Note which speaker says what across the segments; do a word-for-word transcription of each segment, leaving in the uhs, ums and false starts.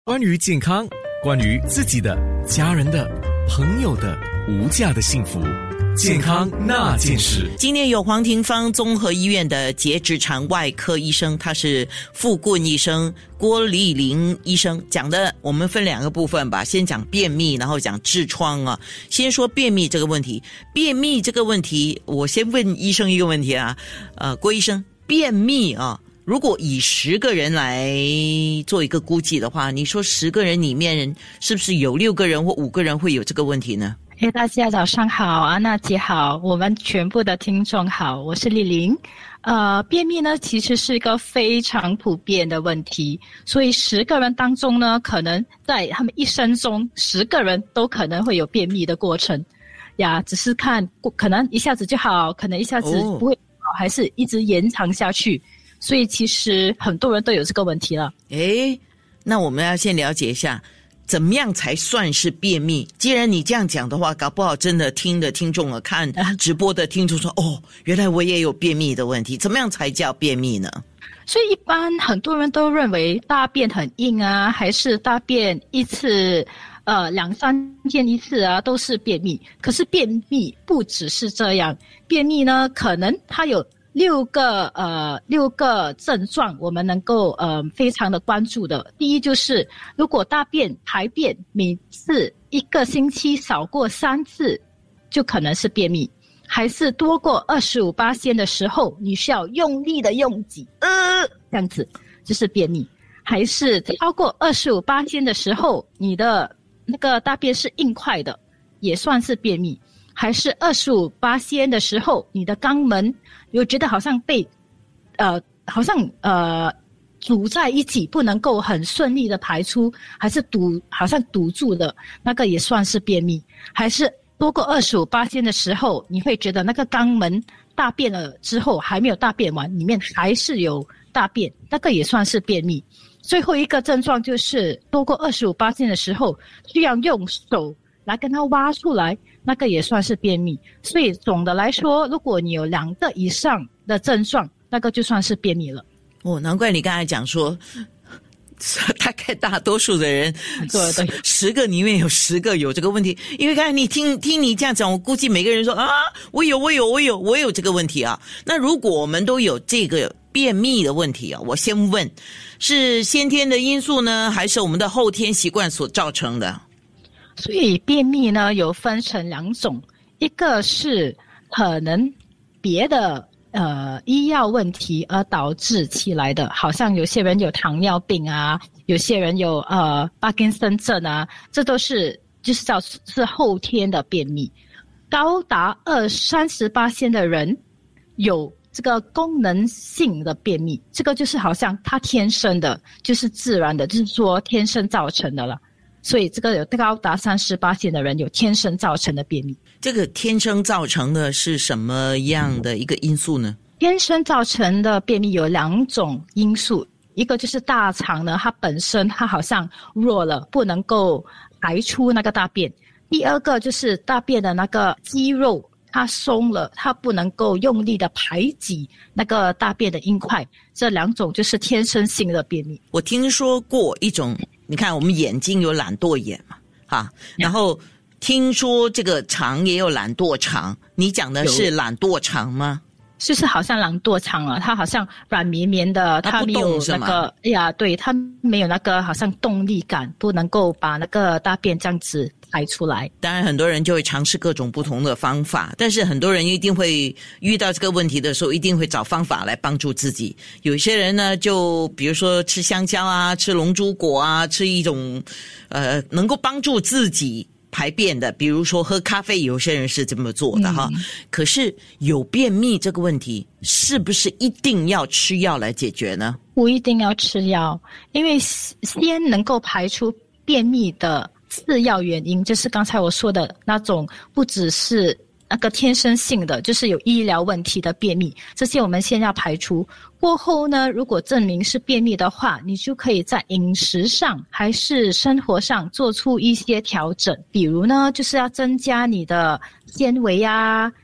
Speaker 1: 关于健康，关于自己的、家人的、朋友的无价的幸福，健康那件事。
Speaker 2: 今天有黄廷芳综合医院的结直肠外科医生，他是傅棍医生郭丽玲医生讲的。我们分两个部分吧，先讲便秘，然后讲痔疮啊。先说便秘这个问题，便秘这个问题，我先问医生一个问题啊，呃，郭医生，便秘啊。如果以十个人来做一个估计的话，你说十个人里面是不是有六个人或五个人会有这个问题呢？
Speaker 3: 哎，大家早上好，安娜姐好，我们全部的听众好，我是丽玲。呃，便秘呢其实是一个非常普遍的问题，所以十个人当中呢，可能在他们一生中十个人都可能会有便秘的过程呀，只是看可能一下子就好，可能一下子不会好，哦、还是一直延长下去。所以其实很多人都有这个问题了。
Speaker 2: 诶，那我们要先了解一下怎么样才算是便秘。既然你这样讲的话，搞不好真的听的听众啊，看直播的听众说，哦，原来我也有便秘的问题。怎么样才叫便秘呢？
Speaker 3: 所以一般很多人都认为大便很硬啊，还是大便一次呃两三天一次啊，都是便秘。可是便秘不只是这样，便秘呢可能它有六个呃六个症状，我们能够呃非常的关注的。第一就是，如果大便排便每次一个星期少过三次，就可能是便秘；还是多过二十五巴仙的时候，你需要用力的用挤，呃这样子就是便秘；还是超过二十五巴仙的时候，你的那个大便是硬块的，也算是便秘；还是二十五巴仙的时候，你的肛门又觉得好像被，呃，好像呃堵在一起，不能够很顺利的排出，还是堵，好像堵住的，那个也算是便秘；还是多过二十五巴仙的时候，你会觉得那个肛门大便了之后还没有大便完，里面还是有大便，那个也算是便秘。最后一个症状就是多过二十五巴仙的时候，需要用手来跟它挖出来，那个也算是便秘。所以总的来说，如果你有两个以上的症状，那个就算是便秘了。
Speaker 2: 哦，难怪你刚才讲说大概大多数的人对对十个里面有十个有这个问题。因为刚才你听听你这样讲，我估计每个人说啊，我有我有我有我有这个问题啊。那如果我们都有这个便秘的问题啊，我先问，是先天的因素呢，还是我们的后天习惯所造成的？
Speaker 3: 所以便秘呢有分成两种，一个是可能别的呃医药问题而导致起来的，好像有些人有糖尿病啊，有些人有呃帕金森症啊，这都是就是叫是后天的便秘。高达二三十八仙的人有这个功能性的便秘，这个就是好像他天生的，就是自然的，就是说天生造成的了。所以这个有高达三十八仙的人有天生造成的便秘。
Speaker 2: 这个天生造成的是什么样的一个因素呢？
Speaker 3: 天生造成的便秘有两种因素，一个就是大肠呢，它本身它好像弱了，不能够排出那个大便；第二个就是大便的那个肌肉它松了，它不能够用力的排挤那个大便的硬块，这两种就是天生性的便秘。
Speaker 2: 我听说过一种，你看我们眼睛有懒惰眼嘛，哈，然后听说这个肠也有懒惰肠，你讲的是懒惰肠吗？
Speaker 3: 就是好像懒惰肠啊，它好像软绵绵的，它没有那个，哎呀，对，它没有那个好像动力感，不能够把那个大便这样子排出来。
Speaker 2: 当然很多人就会尝试各种不同的方法，但是很多人一定会遇到这个问题的时候，一定会找方法来帮助自己。有些人呢，就比如说吃香蕉啊，吃龙珠果啊，吃一种呃能够帮助自己排便的，比如说喝咖啡，有些人是这么做的哈、嗯。可是有便秘这个问题，是不是一定要吃药来解决呢？
Speaker 3: 不一定要吃药，因为先能够排出便秘的次要原因，就是刚才我说的那种，不只是那个天生性的，就是有医疗问题的便秘，这些我们先要排除。过后呢，如果证明是便秘的话，你就可以在饮食上还是生活上做出一些调整，比如呢，就是要增加你的纤维啊、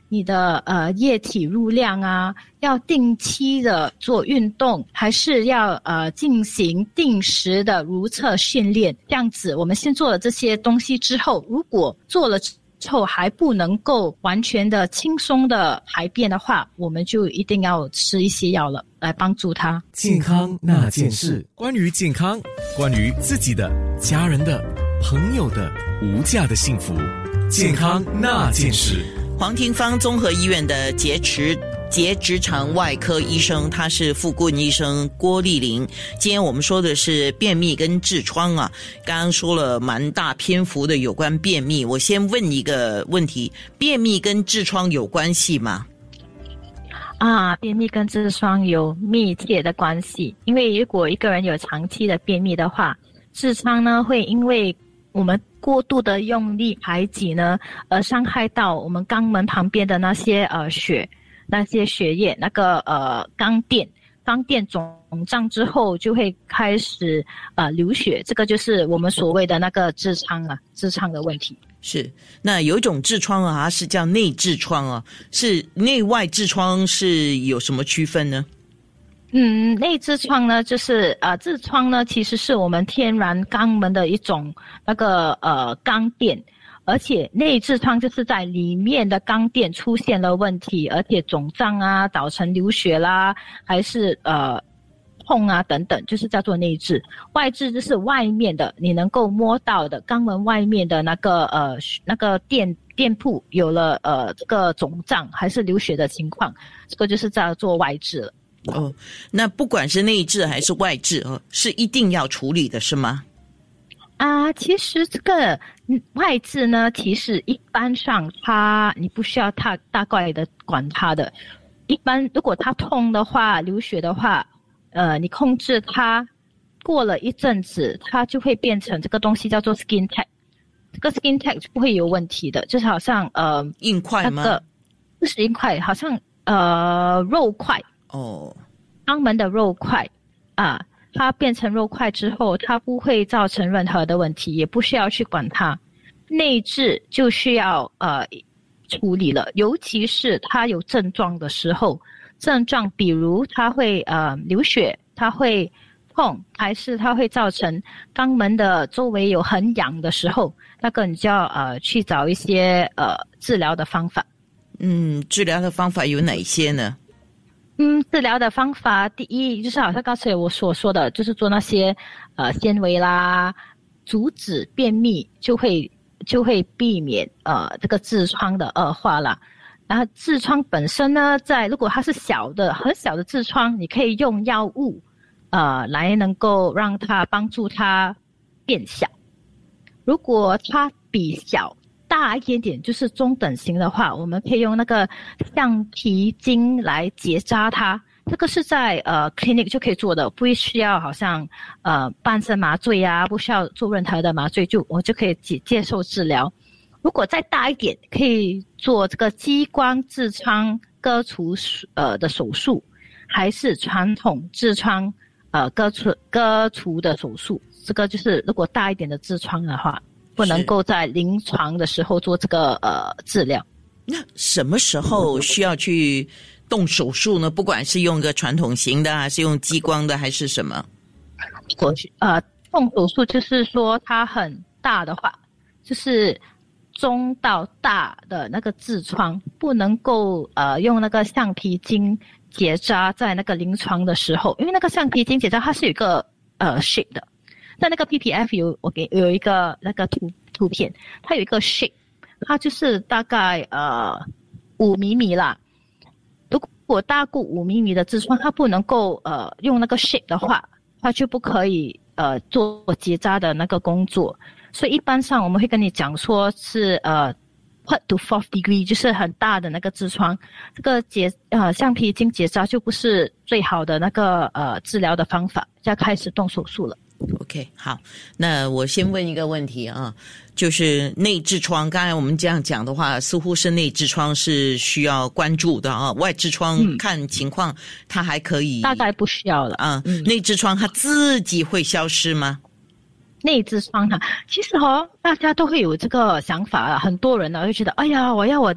Speaker 3: 你的呃液体入量啊，要定期的做运动，还是要呃进行定时的如厕训练？这样子，我们先做了这些东西之后，如果做了之后还不能够完全的轻松的排便的话，我们就一定要吃一些药了，来帮助它。
Speaker 1: 健康那件事，关于健康，关于自己的、家人的、朋友的无价的幸福。健康那件事。
Speaker 2: 黄廷芳综合医院的结直结直肠外科医生，他是副顾问医生郭丽玲。今天我们说的是便秘跟痔疮啊，刚刚说了蛮大篇幅的有关便秘。我先问一个问题，便秘跟痔疮有关系吗？
Speaker 3: 啊，便秘跟痔疮有密切的关系，因为如果一个人有长期的便秘的话，痔疮呢会因为我们过度的用力排挤呢，而伤害到我们肛门旁边的那些呃血、那些血液，那个呃肛垫，肛垫肿胀之后就会开始呃流血，这个就是我们所谓的那个痔疮啊，痔疮的问题。
Speaker 2: 是，那有一种痔疮啊，它是叫内痔疮啊，是内外痔疮是有什么区分呢？
Speaker 3: 嗯，内痔疮呢，就是呃，痔疮呢，其实是我们天然肛门的一种那个呃肛垫，而且内痔疮就是在里面的肛垫出现了问题，而且肿胀啊，造成流血啦，还是呃痛啊等等，就是叫做内痔。外痔就是外面的，你能够摸到的肛门外面的那个呃那个垫垫铺有了呃这个肿胀还是流血的情况，这个就是叫做外痔了。
Speaker 2: 哦，那不管是内痔还是外痔哦，是一定要处理的是吗？
Speaker 3: 啊，其实这个外痔呢，其实一般上它你不需要太大概的管它的。一般如果它痛的话、流血的话，呃，你控制它，过了一阵子，它就会变成这个东西叫做 skin tag。这个 skin tag 就不会有问题的，就是好像呃
Speaker 2: 硬块吗？
Speaker 3: 那个不是硬块，好像呃肉块。
Speaker 2: 哦，
Speaker 3: 肛门的肉块啊，它变成肉块之后，它不会造成任何的问题，也不需要去管它。内痔就需要呃处理了，尤其是它有症状的时候，症状比如它会呃流血，它会痛，还是它会造成肛门的周围有很痒的时候，那个你就要呃去找一些呃治疗的方法。
Speaker 2: 嗯，治疗的方法有哪些呢？
Speaker 3: 嗯，治疗的方法，第一就是好像刚才我所说的，就是做那些呃纤维啦，阻止便秘，就会就会避免呃这个痔疮的恶化啦。然后痔疮本身呢，在如果它是小的很小的痔疮，你可以用药物呃来能够让它帮助它变小。如果它比小大一点点，就是中等型的话，我们可以用那个橡皮筋来结扎它。这个是在呃 clinic 就可以做的，不需要好像呃半身麻醉啊，不需要做任何的麻醉，就我就可以接接受治疗。如果再大一点，可以做这个激光痔疮割除呃的手术，还是传统痔疮呃割除割除的手术。这个就是如果大一点的痔疮的话，不能够在临床的时候做这个呃治疗。
Speaker 2: 那什么时候需要去动手术呢？不管是用个传统型的，还是用激光的，还是什么？
Speaker 3: 过去呃，动手术就是说它很大的话，就是中到大的那个痔疮，不能够呃用那个橡皮筋结扎在那个临床的时候，因为那个橡皮筋结扎它是有一个呃 shape 的。在那个 P P F 有我给有一个那个图图片，它有一个 shape， 它就是大概呃五厘米啦。如果大过五厘米的痔疮，它不能够呃用那个 shape 的话，它就不可以呃做结扎的那个工作。所以一般上我们会跟你讲说是呃 third to fourth degree， 就是很大的那个痔疮，这个结呃橡皮筋结扎就不是最好的那个呃治疗的方法，就要开始动手术了。
Speaker 2: OK， 好，那我先问一个问题啊，就是内痔疮，刚才我们这样讲的话，似乎是内痔疮是需要关注的啊，外痔疮看情况，它还可以，
Speaker 3: 大概不需要了
Speaker 2: 啊。嗯、内痔疮它自己会消失吗？
Speaker 3: 内痔疮哈，其实哦，大家都会有这个想法啊，很多人呢会觉得，哎呀，我要我的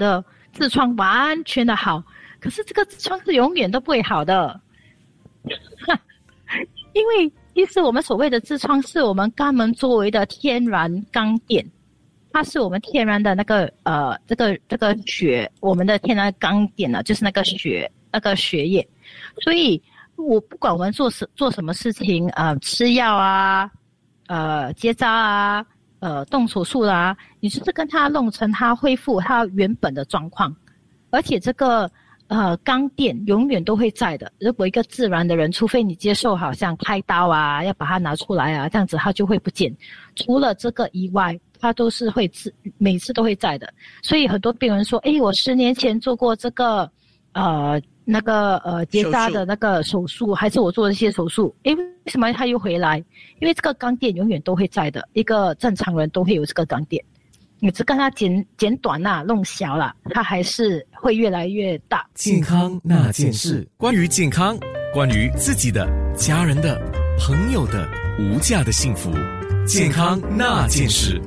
Speaker 3: 痔疮完全的好，可是这个痔疮是永远都不会好的，因为其实我们所谓的痔疮是我们肛门周围的天然肛点，它是我们天然的那个呃这个这个血，我们的天然肛点呢，就是那个血那个血液，所以我不管我们做什做什么事情，呃，吃药啊，呃，结扎啊，呃，动手术啦、啊，你就是跟它弄成它恢复它原本的状况，而且这个呃肛垫永远都会在的。如果一个自然的人，除非你接受好像开刀啊，要把它拿出来啊，这样子它就会不见。除了这个以外，它都是会自每次都会在的。所以很多病人说，诶，我十年前做过这个呃。那个呃结扎的那个手术，还是我做的一些手术，诶，为什么他又回来？因为这个肛垫永远都会在的，一个正常人都会有这个肛垫，你只跟它剪剪短啦、弄小啦，它还是会越来越大。
Speaker 1: 健康那件事，关于健康，关于自己的、家人的、朋友的无价的幸福，健康那件事。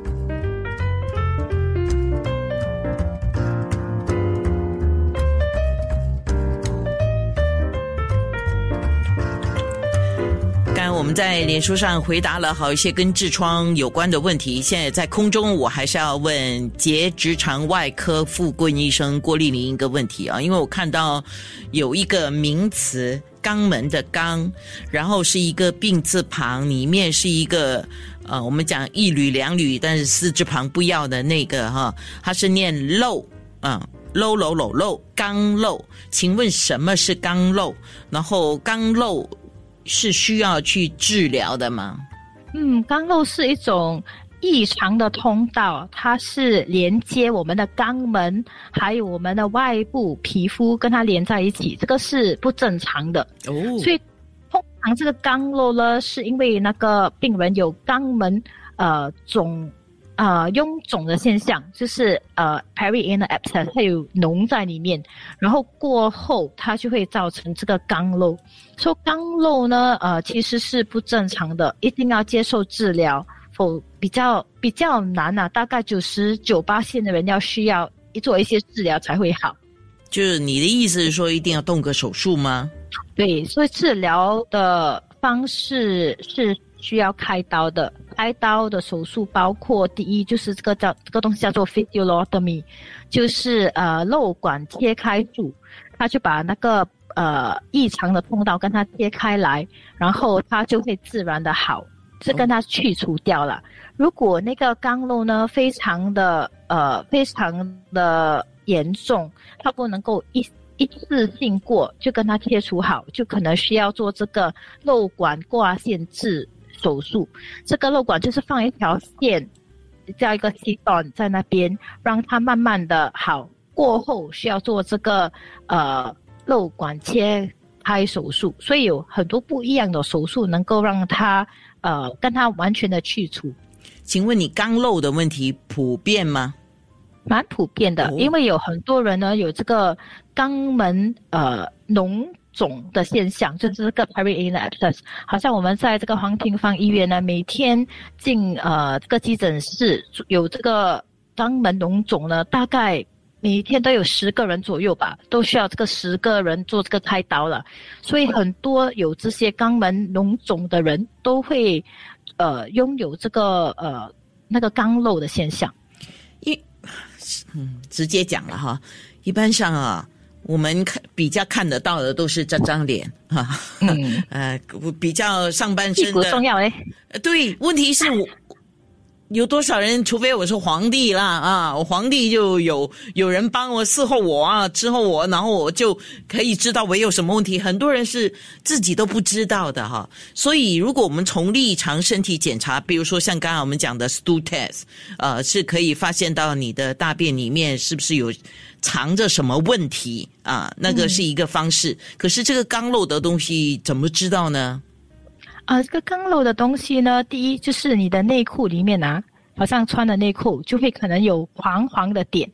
Speaker 2: 我们在脸书上回答了好一些跟痔疮有关的问题，现在在空中我还是要问结直肠外科副顾问医生郭丽玲一个问题啊，因为我看到有一个名词肛门的肛，然后是一个病字旁，里面是一个呃我们讲一缕两缕，但是四字旁不要的那个哈，它是念漏啊。漏漏漏漏肛瘘，请问什么是肛瘘？然后肛瘘是需要去治疗的吗？
Speaker 3: 嗯，肛瘘是一种异常的通道，它是连接我们的肛门还有我们的外部皮肤跟它连在一起，这个是不正常的哦。所以通常这个肛瘘呢，是因为那个病人有肛门呃肿呃臃肿的现象，就是呃 perianal abscess， 它有脓在里面，然后过后它就会造成这个肛瘘。所以肛瘘呢，呃，其实是不正常的，一定要接受治疗，否比较比较难啊，大概九十九巴仙的人要需要做一些治疗才会好。
Speaker 2: 就是你的意思是说，一定要动个手术吗？
Speaker 3: 对，所以治疗的方式是需要开刀的。开刀的手术包括第一就是这个叫这个东西叫做 fistulectomy， 就是呃瘘管切开术，他就把那个呃异常的通道跟它切开来，然后它就会自然的好，是跟它去除掉了。如果那个肛瘘呢非常的呃非常的严重，它不能够一一次性过就跟它切除好，就可能需要做这个瘘管挂线治手术。这个瘘管就是放一条线，叫一个吸管在那边，让它慢慢的好。过后需要做这个呃瘘管切开手术，所以有很多不一样的手术能够让它呃跟它完全的去除。
Speaker 2: 请问你肛瘘的问题普遍吗？
Speaker 3: 蛮普遍的，哦、因为有很多人呢有这个肛门呃脓肿的现象，就是这个 perianal abscess。好像我们在这个黄廷芳医院呢，每天进呃这个急诊室有这个肛门脓肿呢，大概每天都有十个人左右吧，都需要这个十个人做这个开刀了。所以很多有这些肛门脓肿的人都会呃拥有这个呃那个肛瘘的现象。
Speaker 2: 一嗯，直接讲了哈，一般上啊，我们看比较看得到的都是这张脸啊，嗯，呃，比较上半身的。屁股
Speaker 3: 重要哎。
Speaker 2: 对，问题是我。有多少人，除非我是皇帝啦啊，我皇帝就有有人帮我伺候我啊，伺候我，然后我就可以知道我有什么问题。很多人是自己都不知道的哈。所以如果我们从日常身体检查，比如说像刚刚我们讲的 stool test， 呃，是可以发现到你的大便里面是不是有藏着什么问题啊，那个是一个方式。嗯、可是这个肛瘘的东西怎么知道呢？
Speaker 3: 啊、呃，这个肛瘘的东西呢，第一就是你的内裤里面啊，好像穿的内裤就会可能有黄黄的点，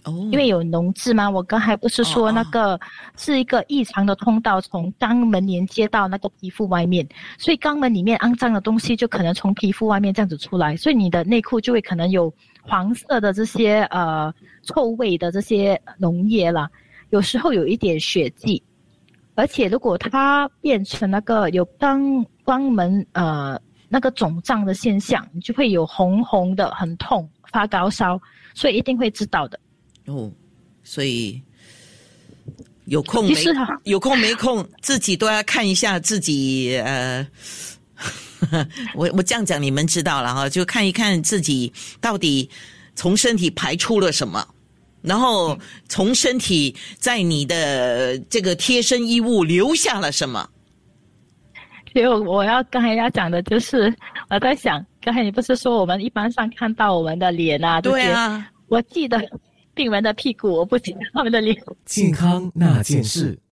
Speaker 2: 哦，
Speaker 3: 因为有脓痣嘛，我刚才不是说那个是一个异常的通道，从肛门连接到那个皮肤外面，所以肛门里面肮脏的东西就可能从皮肤外面这样子出来，所以你的内裤就会可能有黄色的这些呃臭味的这些脓液啦，有时候有一点血迹，而且如果它变成那个有肛肛门呃那个肿胀的现象，你就会有红红的，很痛，发高烧，所以一定会知道的。
Speaker 2: 哦，所以有空没有空没空，自己都要看一下自己呃，我我这样讲你们知道了哈，就看一看自己到底从身体排出了什么，然后从身体在你的这个贴身衣物留下了什么。
Speaker 3: 所以我要刚才要讲的就是，我在想，刚才你不是说我们一般上看到我们的脸啊，
Speaker 2: 对啊，
Speaker 3: 我记得病人的屁股，我不记得他们的脸。
Speaker 1: 健康那件事。